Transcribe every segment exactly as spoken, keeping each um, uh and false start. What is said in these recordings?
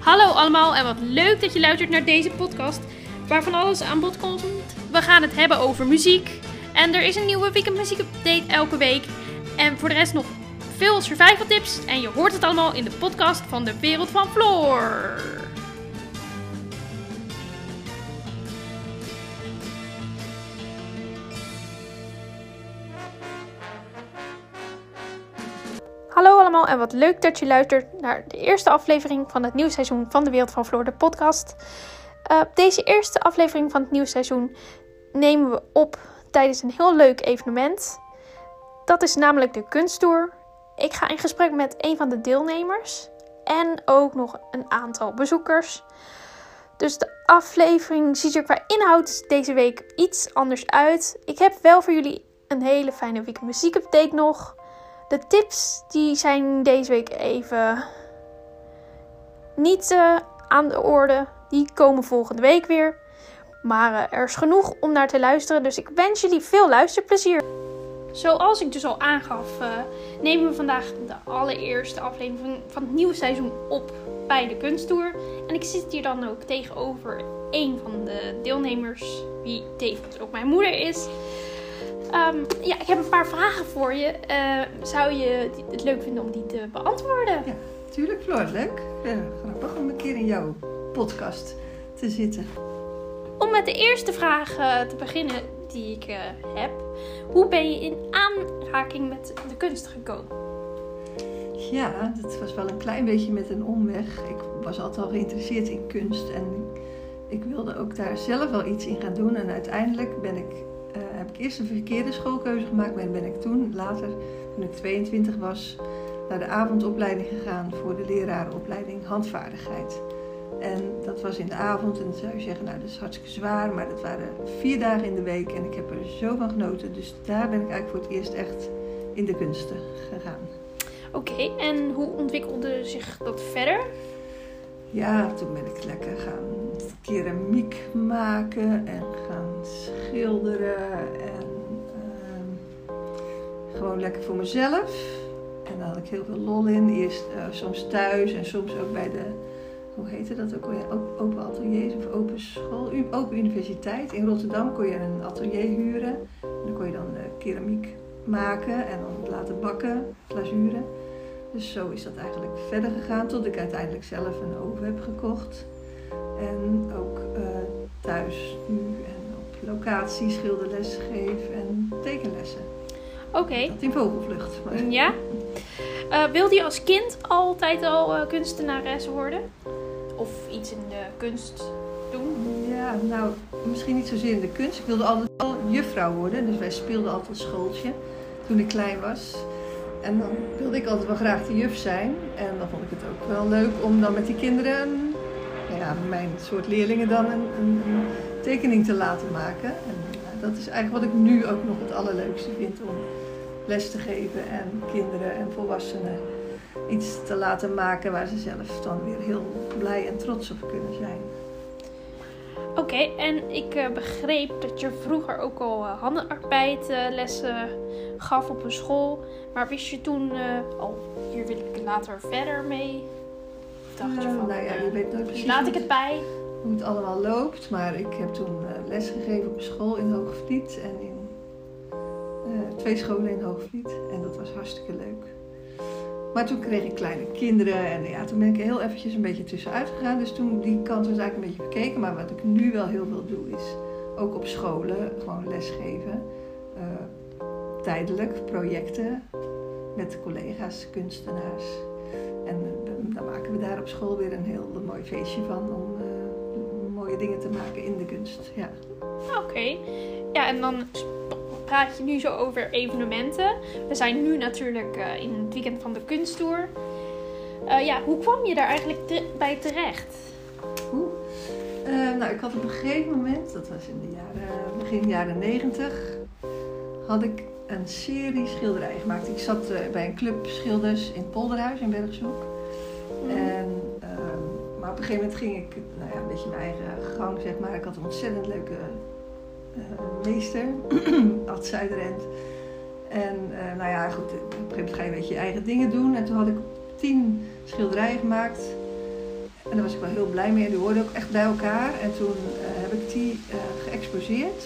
Hallo allemaal en wat leuk dat je luistert naar deze podcast waar van alles aan bod komt. We gaan het hebben over muziek en er is een nieuwe Weekend Muziek Update elke week. En voor de rest nog veel survival tips en je hoort het allemaal in de podcast van de Wereld van Floor. Hallo allemaal en wat leuk dat je luistert naar de eerste aflevering van het nieuwe seizoen van de Wereld van Floor, de podcast. Uh, deze eerste aflevering van het nieuwe seizoen nemen we op tijdens een heel leuk evenement. Dat is namelijk de kunsttour. Ik ga in gesprek met een van de deelnemers en ook nog een aantal bezoekers. Dus de aflevering ziet er qua inhoud deze week iets anders uit. Ik heb wel voor jullie een hele fijne week muziek update nog. De tips die zijn deze week even niet uh, aan de orde. Die komen volgende week weer. Maar uh, er is genoeg om naar te luisteren. Dus ik wens jullie veel luisterplezier. Zoals ik dus al aangaf, uh, nemen we vandaag de allereerste aflevering van, van het nieuwe seizoen op bij de kunsttour. En ik zit hier dan ook tegenover een van de deelnemers, wie tevens ook mijn moeder is. Um, ja, ik heb een paar vragen voor je. Uh, zou je het leuk vinden om die te beantwoorden? Ja, tuurlijk Floor, leuk. Ja, grappig om een keer in jouw podcast te zitten. Om met de eerste vraag uh, te beginnen die ik uh, heb. Hoe ben je in aanraking met de kunst gekomen? Ja, dat was wel een klein beetje met een omweg. Ik was altijd al geïnteresseerd in kunst en ik wilde ook daar zelf wel iets in gaan doen. En uiteindelijk ben ik... Uh, heb ik eerst een verkeerde schoolkeuze gemaakt, maar ben ik toen, later, toen ik tweeëntwintig was, naar de avondopleiding gegaan voor de lerarenopleiding handvaardigheid. En dat was in de avond en dan zou je zeggen, nou dat is hartstikke zwaar, maar dat waren vier dagen in de week en ik heb er zo van genoten. Dus daar ben ik eigenlijk voor het eerst echt in de kunsten gegaan. Oké, okay, en hoe ontwikkelde zich dat verder? Ja, toen ben ik lekker gaan keramiek maken en gaan schilderen en uh, gewoon lekker voor mezelf. En daar had ik heel veel lol in. Eerst uh, soms thuis en soms ook bij de, hoe heette dat ook alweer, open ateliers of open school, open universiteit. In Rotterdam kon je een atelier huren en dan kon je dan uh, keramiek maken en dan laten bakken, glazuren. Dus zo is dat eigenlijk verder gegaan tot ik uiteindelijk zelf een oven heb gekocht. En ook uh, thuis nu en op locatie schilderles geef en tekenlessen. Oké. Okay. Dat in vogelvlucht. Maar... Ja. Uh, wilde je als kind altijd al uh, kunstenares worden? Of iets in de kunst doen? Ja, nou misschien niet zozeer in de kunst. Ik wilde altijd al juffrouw worden. Dus wij speelden altijd schooltje toen ik klein was. En dan wilde ik altijd wel graag de juf zijn. En dan vond ik het ook wel leuk om dan met die kinderen, nou ja, mijn soort leerlingen dan een, een, een tekening te laten maken. En nou, dat is eigenlijk wat ik nu ook nog het allerleukste vind, om les te geven en kinderen en volwassenen iets te laten maken waar ze zelf dan weer heel blij en trots op kunnen zijn. Oké, okay, en ik uh, begreep dat je vroeger ook al uh, handenarbeidlessen uh, gaf op een school. Maar wist je toen uh, al, hier wil ik later verder mee? Of dacht je van, nou ja, je weet nooit precies laat ik het bij? Hoe het allemaal loopt. Maar ik heb toen uh, les gegeven op een school in Hoogvliet en in uh, twee scholen in Hoogvliet. En dat was hartstikke leuk. Maar toen kreeg ik kleine kinderen en ja, toen ben ik er heel eventjes een beetje tussenuit gegaan. Dus toen die kant was eigenlijk een beetje verkeken. Maar wat ik nu wel heel veel doe is ook op scholen gewoon lesgeven. Uh, tijdelijk, projecten met collega's, kunstenaars. En uh, dan maken we daar op school weer een heel mooi feestje van om uh, mooie dingen te maken in de kunst. Ja. Oké. Okay. Ja, en dan praat je nu zo over evenementen. We zijn nu natuurlijk uh, in het weekend van de kunsttour. Uh, ja, hoe kwam je daar eigenlijk te- bij terecht? Oeh. Uh, nou, ik had op een gegeven moment, dat was in de jaren, begin jaren negentig, had ik een serie schilderijen gemaakt. Ik zat uh, bij een club schilders in Polderhuis in Bergshoek. Mm. En, uh, maar op een gegeven moment ging ik nou ja, een beetje mijn eigen gang, zeg maar. Ik had een ontzettend leuke uh, meester, Ad Zuiderend. En uh, nou ja, goed, op een gegeven moment ga je een beetje je eigen dingen doen. En toen had ik tien schilderijen gemaakt. En daar was ik wel heel blij mee. En die hoorden ook echt bij elkaar. En toen uh, heb ik die uh, geëxposeerd.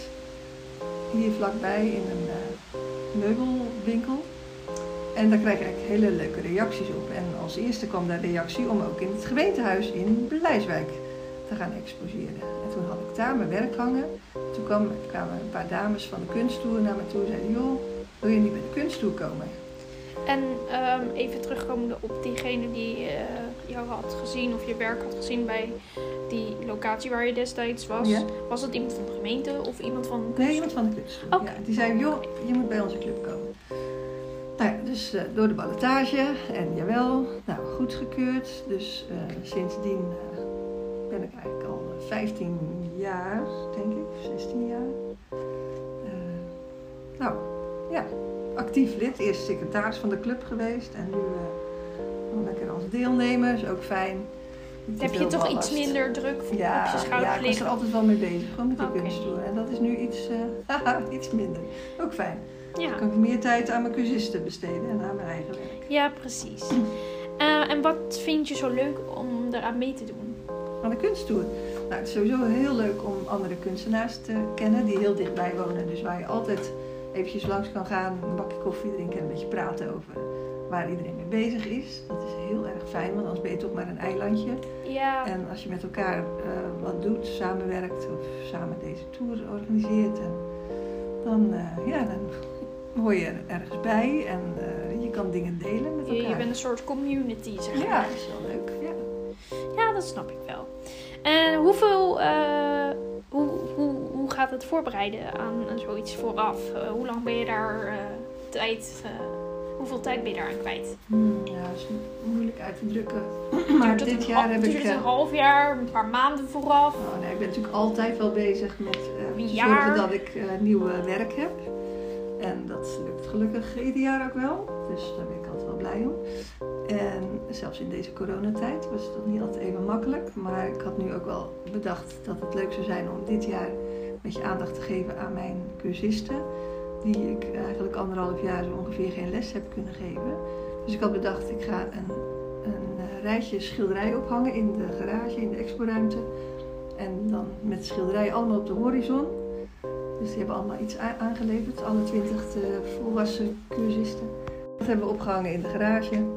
Hier vlakbij in een uh, meubelwinkel. En daar krijg ik eigenlijk hele leuke reacties op. En als eerste kwam daar reactie om ook in het gemeentehuis in Blijswijk te gaan exposeren. En toen had ik daar mijn werk hangen. Toen kwam, kwamen een paar dames van de kunsttoer naar me toe en zeiden: joh, wil je niet bij de kunsttoer komen? En um, even terugkomende op diegene die uh, jou had gezien of je werk had gezien bij die locatie waar je destijds was. Ja. Was het iemand van de gemeente of iemand van de kunsttoer? Nee, iemand van de kunsttoer. Okay. Ja, die zei: joh, je moet bij onze club komen. Nou ja, dus uh, door de ballotage en jawel, nou goedgekeurd. Dus uh, sindsdien uh, ben ik eigenlijk al vijftien jaar, denk ik, zestien jaar. Uh, nou, ja, actief lid. Eerst secretaris van de club geweest en nu uh, lekker als deelnemer, is ook fijn. Heb je toch iets minder druk voor ja, op je schouders ja, ik was er altijd wel mee bezig, gewoon met die okay. kunsttoer. En dat is nu iets, uh, iets minder. Ook fijn. Ja. Dan kan ik meer tijd aan mijn cursisten besteden en aan mijn eigen werk. Ja, precies. Uh, en wat vind je zo leuk om eraan mee te doen? Aan de kunsttoer? Nou, het is sowieso heel leuk om andere kunstenaars te kennen die heel dichtbij wonen. Dus waar je altijd eventjes langs kan gaan, een bakje koffie drinken en een beetje praten over waar iedereen mee bezig is. Dat is heel erg fijn, want anders ben je toch maar een eilandje. Ja. En als je met elkaar uh, wat doet, samenwerkt of samen deze tour organiseert, en dan, uh, ja, dan hoor je er ergens bij en uh, je kan dingen delen met elkaar. Je, je bent een soort community, zeg maar. Ja, dat is wel leuk. Ja, ja dat snap ik wel. En hoeveel, uh, hoe, hoe, hoe gaat het voorbereiden aan, aan zoiets vooraf? Uh, hoe lang ben je daar uh, tijd, uh, hoeveel tijd ben je daar aan kwijt? Hmm, ja, dat is moeilijk uit te drukken. Maar dit een, jaar heb ik... Duurt het een half jaar, een paar maanden vooraf? Oh, nee, ik ben natuurlijk altijd wel bezig met uh, te zorgen dat ik uh, nieuw werk heb. En dat lukt gelukkig ieder jaar ook wel. Dus daar ben ik altijd wel blij om. En zelfs in deze coronatijd was dat niet altijd even makkelijk. Maar ik had nu ook wel bedacht dat het leuk zou zijn om dit jaar een beetje aandacht te geven aan mijn cursisten. Die ik eigenlijk anderhalf jaar zo ongeveer geen les heb kunnen geven. Dus ik had bedacht, ik ga een, een rijtje schilderijen ophangen in de garage, in de exporuimte. En dan met schilderijen allemaal op de horizon. Dus die hebben allemaal iets aangeleverd, alle twintig volwassen cursisten. Dat hebben we opgehangen in de garage. En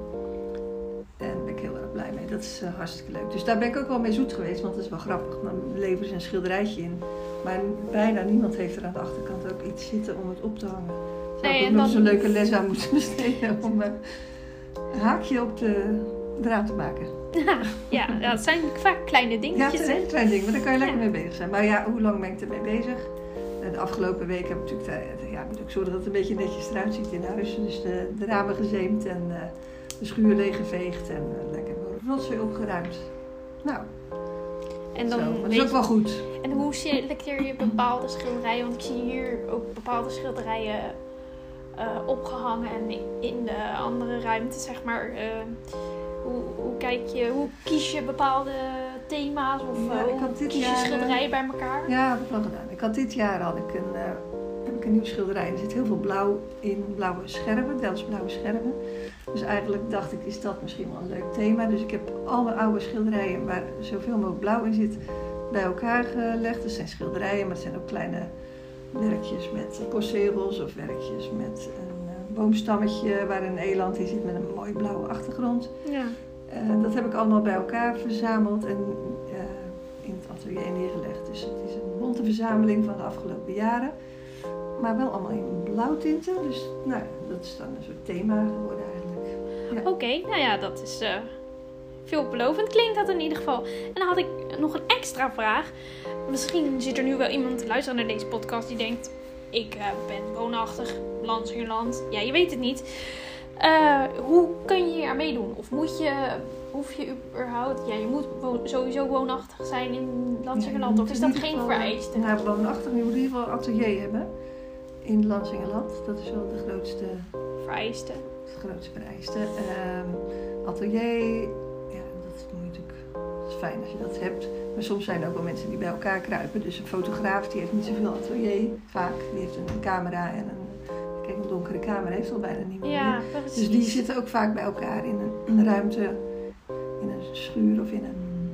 daar ben ik heel erg blij mee. Dat is uh, hartstikke leuk. Dus daar ben ik ook wel mee zoet geweest, want dat is wel grappig. Dan leveren ze een schilderijtje in. Maar bijna niemand heeft er aan de achterkant ook iets zitten om het op te hangen. Zou nee, ik ook nog zo'n leuke les aan moeten besteden om uh, een haakje op de draad te maken. Ja, ja, dat zijn vaak kleine dingetjes. Ja, dat zijn kleine dingen, maar daar kan je lekker ja. mee bezig zijn. Maar ja, hoe lang ben ik ermee bezig? De afgelopen week heb ik natuurlijk, ja, ik moet ook zorgen dat het een beetje netjes eruit ziet in huis. Dus de, de ramen gezeemd en uh, de schuur leeggeveegd en uh, lekker rotzooi opgeruimd. Nou, en dan zo, maar dat is ook wel goed. En hoe selecteer je bepaalde schilderijen? Want ik zie hier ook bepaalde schilderijen uh, opgehangen en in de andere ruimte, zeg maar. Uh, hoe, hoe kijk je, hoe kies je bepaalde thema's of ja, ik had dit kies je jaar, schilderijen bij elkaar? Ja, dat heb ik wel gedaan. Ik had dit jaar had ik een, uh, heb ik een nieuw schilderij. Er zit heel veel blauw in, blauwe scherven, Delfts blauwe scherven. Dus eigenlijk dacht ik, is dat misschien wel een leuk thema. Dus ik heb al mijn oude schilderijen waar zoveel mogelijk blauw in zit bij elkaar gelegd. Dat zijn schilderijen, maar het zijn ook kleine werkjes met postzegels of werkjes met een uh, boomstammetje waar een eland in zit met een mooie blauwe achtergrond. Ja. Uh, dat heb ik allemaal bij elkaar verzameld en uh, in het atelier neergelegd. Dus het is een bonte verzameling van de afgelopen jaren. Maar wel allemaal in blauwtinten. Dus nou, dat is dan een soort thema geworden eigenlijk. Ja. Oké, okay, nou ja, dat is uh, veelbelovend. Klinkt dat in ieder geval. En dan had ik nog een extra vraag. Misschien zit er nu wel iemand te luisteren naar deze podcast die denkt... Ik uh, ben woonachtig, Lansingerland. Ja, je weet het niet. Uh, hoe kun je hier aan meedoen? Of moet je, hoef je überhaupt... Ja, je moet wo- sowieso woonachtig zijn in Lansingerland. Ja, of is dat geen geval, vereiste? Nou, woonachtig, je moet in ieder geval een atelier hebben. In Lansingerland. Dat is wel de grootste... Vereiste. Het grootste vereiste. Um, atelier... Ja, dat moet je natuurlijk... Het is fijn als je dat hebt. Maar soms zijn er ook wel mensen die bij elkaar kruipen. Dus een fotograaf die heeft niet zoveel atelier. Vaak. Die heeft een camera en een... Kijk, een donkere kamer heeft al bijna niemand ja, meer. Precies. Dus die zitten ook vaak bij elkaar in een, een ruimte, in een schuur of in een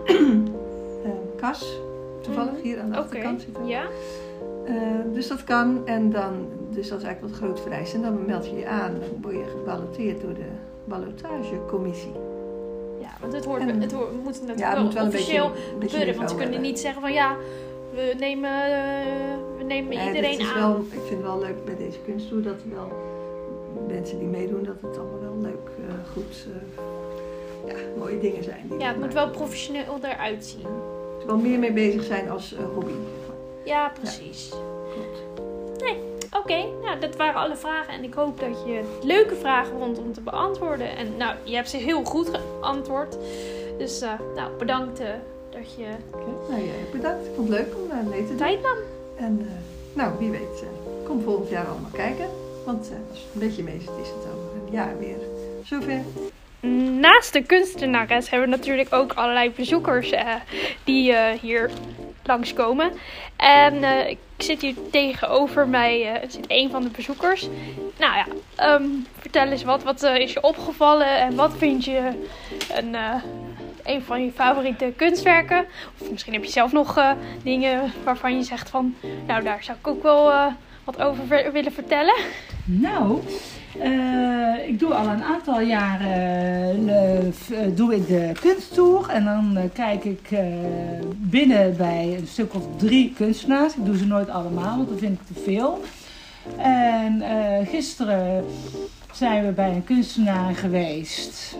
uh, kas, toevallig hier aan de achterkant zitten. Ja. Uh, dus dat kan. En dan, dus dat is eigenlijk wat groot vereist. En dan meld je je aan. Dan word je geballoteerd door de ballotagecommissie. Ja, want het, hoort, en, het hoort, we moeten natuurlijk ja, wel, moet wel officieel een beetje, een beetje gebeuren. Want ze kunnen hebben. niet zeggen van ja, we nemen, uh, we nemen ja, iedereen is aan. Wel, ik vind het wel leuk bij deze kunsttour dat er wel mensen die meedoen, dat het allemaal wel leuk, uh, goed, uh, ja, mooie dingen zijn. Die ja, het moet wel professioneel eruit zien. Er wel meer mee bezig zijn als uh, hobby. Ja, precies. Ja, klopt. Nee, oké. Okay, nou, dat waren alle vragen. En ik hoop dat je leuke vragen vond om te beantwoorden. En nou, je hebt ze heel goed geantwoord. Dus uh, nou, bedankt uh, dat je... Okay, nou ja, bedankt. Ik vond het leuk om uh, mee te doen. Tijd nam. En uh, nou, wie weet, uh, kom volgend jaar allemaal kijken. Want uh, als het een beetje mee zit, is het over een jaar weer zover. Naast de kunstenares hebben we natuurlijk ook allerlei bezoekers uh, die uh, hier langskomen. En uh, ik zit hier tegenover mij, uh, zit een van de bezoekers. Nou ja, um, vertel eens wat, wat uh, is je opgevallen en wat vind je een, uh, een van je favoriete kunstwerken? Of misschien heb je zelf nog uh, dingen waarvan je zegt van, nou daar zou ik ook wel uh, wat over ver- willen vertellen. Nou, uh, ik doe al een aantal jaren uh, uh, doe ik de kunsttour en dan uh, kijk ik uh, binnen bij een stuk of drie kunstenaars. Ik doe ze nooit allemaal, want dat vind ik te veel. En uh, gisteren zijn we bij een kunstenaar geweest.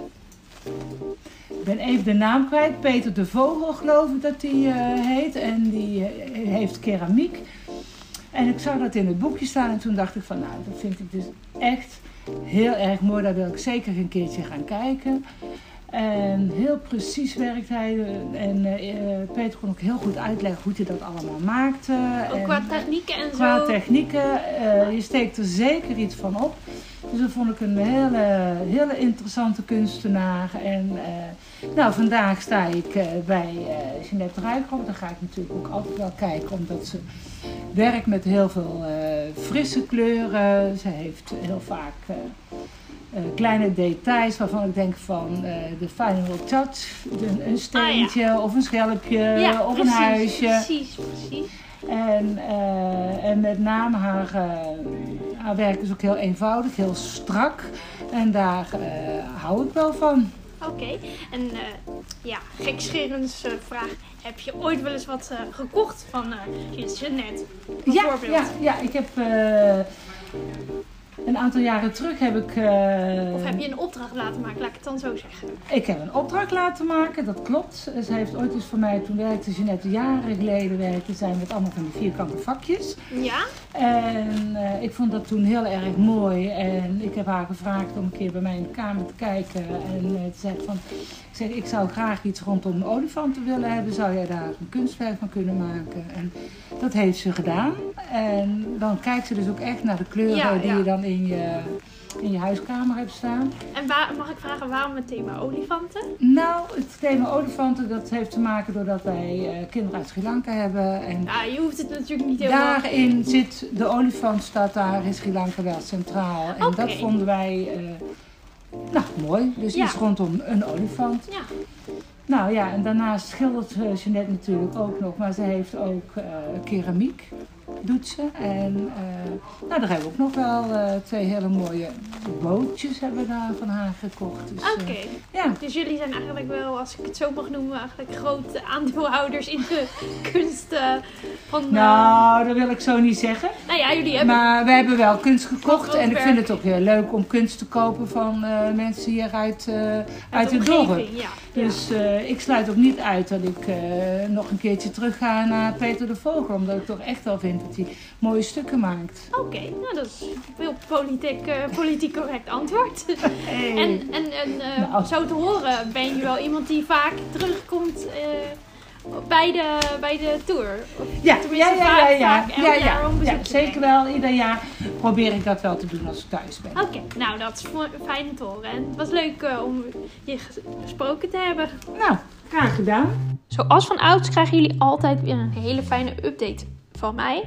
Ik ben even de naam kwijt. Peter de Vogel geloof ik dat die uh, heet. En die uh, heeft keramiek. En ik zag dat in het boekje staan en toen dacht ik van nou, dat vind ik dus echt heel erg mooi. Daar wil ik zeker een keertje gaan kijken. En heel precies werkt hij. En uh, Peter kon ook heel goed uitleggen hoe hij dat allemaal maakte. Ook en, qua technieken en zo. Qua technieken. Uh, je steekt er zeker iets van op. Dus dat vond ik een hele, hele interessante kunstenaar. En uh, nou, vandaag sta ik uh, bij uh, Jeanette Ruigrop. Daar ga ik natuurlijk ook altijd wel kijken, omdat ze werkt met heel veel uh, frisse kleuren. Ze heeft heel vaak uh, uh, kleine details waarvan ik denk van uh, de final touch. Een, een steentje ah, ja. of een schelpje ja, of precies, een huisje. Precies, precies. En, uh, en met name haar, uh, haar werk is ook heel eenvoudig, heel strak. En daar uh, hou ik wel van. Oké, okay. En uh, ja, gekscherends uh, vraag. Heb je ooit wel eens wat uh, gekocht van uh, Jeanette? Bijvoorbeeld? Ja, ja, ja, ik heb uh, een aantal jaren terug heb ik... Uh, of heb je een opdracht laten maken, laat ik het dan zo zeggen? Ik heb een opdracht laten maken, dat klopt. Ze heeft ooit eens voor mij, toen werkte Jeanette jaren geleden, werkte zij met allemaal van die vierkante vakjes. Ja? En uh, ik vond dat toen heel erg mooi. En ik heb haar gevraagd om een keer bij mij in de kamer te kijken. En uh, te zeggen van, ik zeg, ik zou graag iets rondom olifanten willen hebben. Zou jij daar een kunstwerk van kunnen maken? En dat heeft ze gedaan. En dan kijkt ze dus ook echt naar de kleuren ja, die ja. je dan in je, in je huiskamer hebt staan. En waar, mag ik vragen waarom het thema olifanten? Nou, het thema olifanten dat heeft te maken doordat wij uh, kinderen uit Sri Lanka hebben. En ja, je hoeft het natuurlijk niet helemaal... Daarin zit de olifant, staat daar in Sri Lanka wel centraal. En okay. dat vonden wij uh, nou, mooi. Dus ja. iets rondom een olifant. Ja. Nou ja, en daarnaast schildert uh, Jeanette natuurlijk ook nog. Maar ze heeft ook uh, keramiek. Doet ze. En uh, nou, daar hebben we ook nog wel uh, twee hele mooie bootjes hebben we daar van haar gekocht. Dus, Oké. Okay. Uh, ja. Dus jullie zijn eigenlijk wel, als ik het zo mag noemen, eigenlijk grote aandeelhouders in de kunst uh, van... Uh... Nou, dat wil ik zo niet zeggen. Nou ja, jullie hebben... Maar we hebben wel kunst gekocht. En ik vind het ook heel leuk om kunst te kopen van uh, mensen hier uit, uh, uit, uit het dorp. Ja. Dus uh, ik sluit ook niet uit dat ik uh, nog een keertje terug ga naar Peter de Vogel. Omdat ik toch echt wel vind dat hij mooie stukken maakt. Oké, okay, nou dat is een heel politiek, uh, politiek correct antwoord. Hey. En, en, en uh, nou. Zo te horen ben je wel iemand die vaak terugkomt uh, bij, de, bij de tour. Ja, ja, ja, ja, ja, vaak ja, ja, jaar om ja zeker wel. Ieder jaar probeer ik dat wel te doen als ik thuis ben. Oké, okay, nou dat is fijn te horen. En het was leuk uh, om je gesproken te hebben. Nou, graag gedaan. Zoals van ouds krijgen jullie altijd weer een hele fijne update van mij.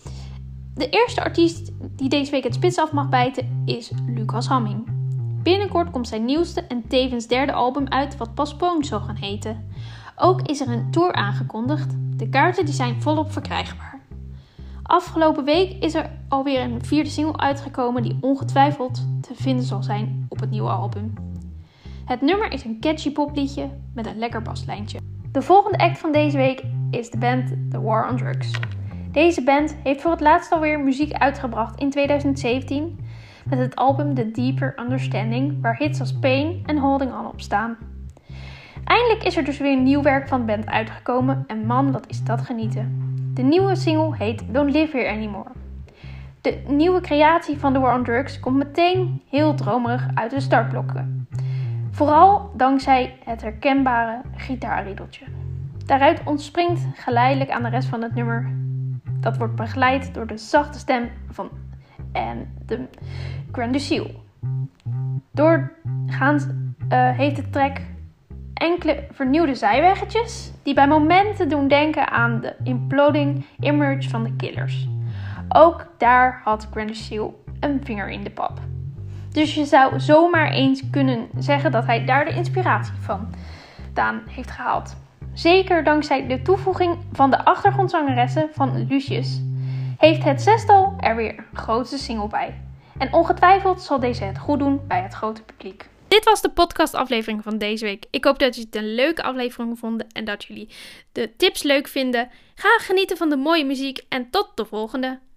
De eerste artiest die deze week het spits af mag bijten is Lucas Hamming. Binnenkort komt zijn nieuwste en tevens derde album uit wat Postponed zal gaan heten. Ook is er een tour aangekondigd. De kaarten die zijn volop verkrijgbaar. Afgelopen week is er alweer een vierde single uitgekomen die ongetwijfeld te vinden zal zijn op het nieuwe album. Het nummer is een catchy popliedje met een lekker baslijntje. De volgende act van deze week is de band The War on Drugs. Deze band heeft voor het laatst alweer muziek uitgebracht in tweeduizend zeventien met het album The Deeper Understanding, waar hits als Pain en Holding On op staan. Eindelijk is er dus weer nieuw werk van de band uitgekomen en man, wat is dat genieten. De nieuwe single heet Don't Live Here Anymore. De nieuwe creatie van The War on Drugs komt meteen heel dromerig uit de startblokken. Vooral dankzij het herkenbare gitaarriedeltje. Daaruit ontspringt geleidelijk aan de rest van het nummer. Dat wordt begeleid door de zachte stem van en de Grand Lucille. Doorgaans uh, heeft de track enkele vernieuwde zijweggetjes die bij momenten doen denken aan de Imploding Image van de Killers. Ook daar had Grand Lucille een vinger in de pap. Dus je zou zomaar eens kunnen zeggen dat hij daar de inspiratie van vandaan heeft gehaald. Zeker dankzij de toevoeging van de achtergrondzangeressen van Lucius heeft het zestal er weer een grootste single bij. En ongetwijfeld zal deze het goed doen bij het grote publiek. Dit was de podcastaflevering van deze week. Ik hoop dat jullie het een leuke aflevering vonden en dat jullie de tips leuk vinden. Ga genieten van de mooie muziek en tot de volgende.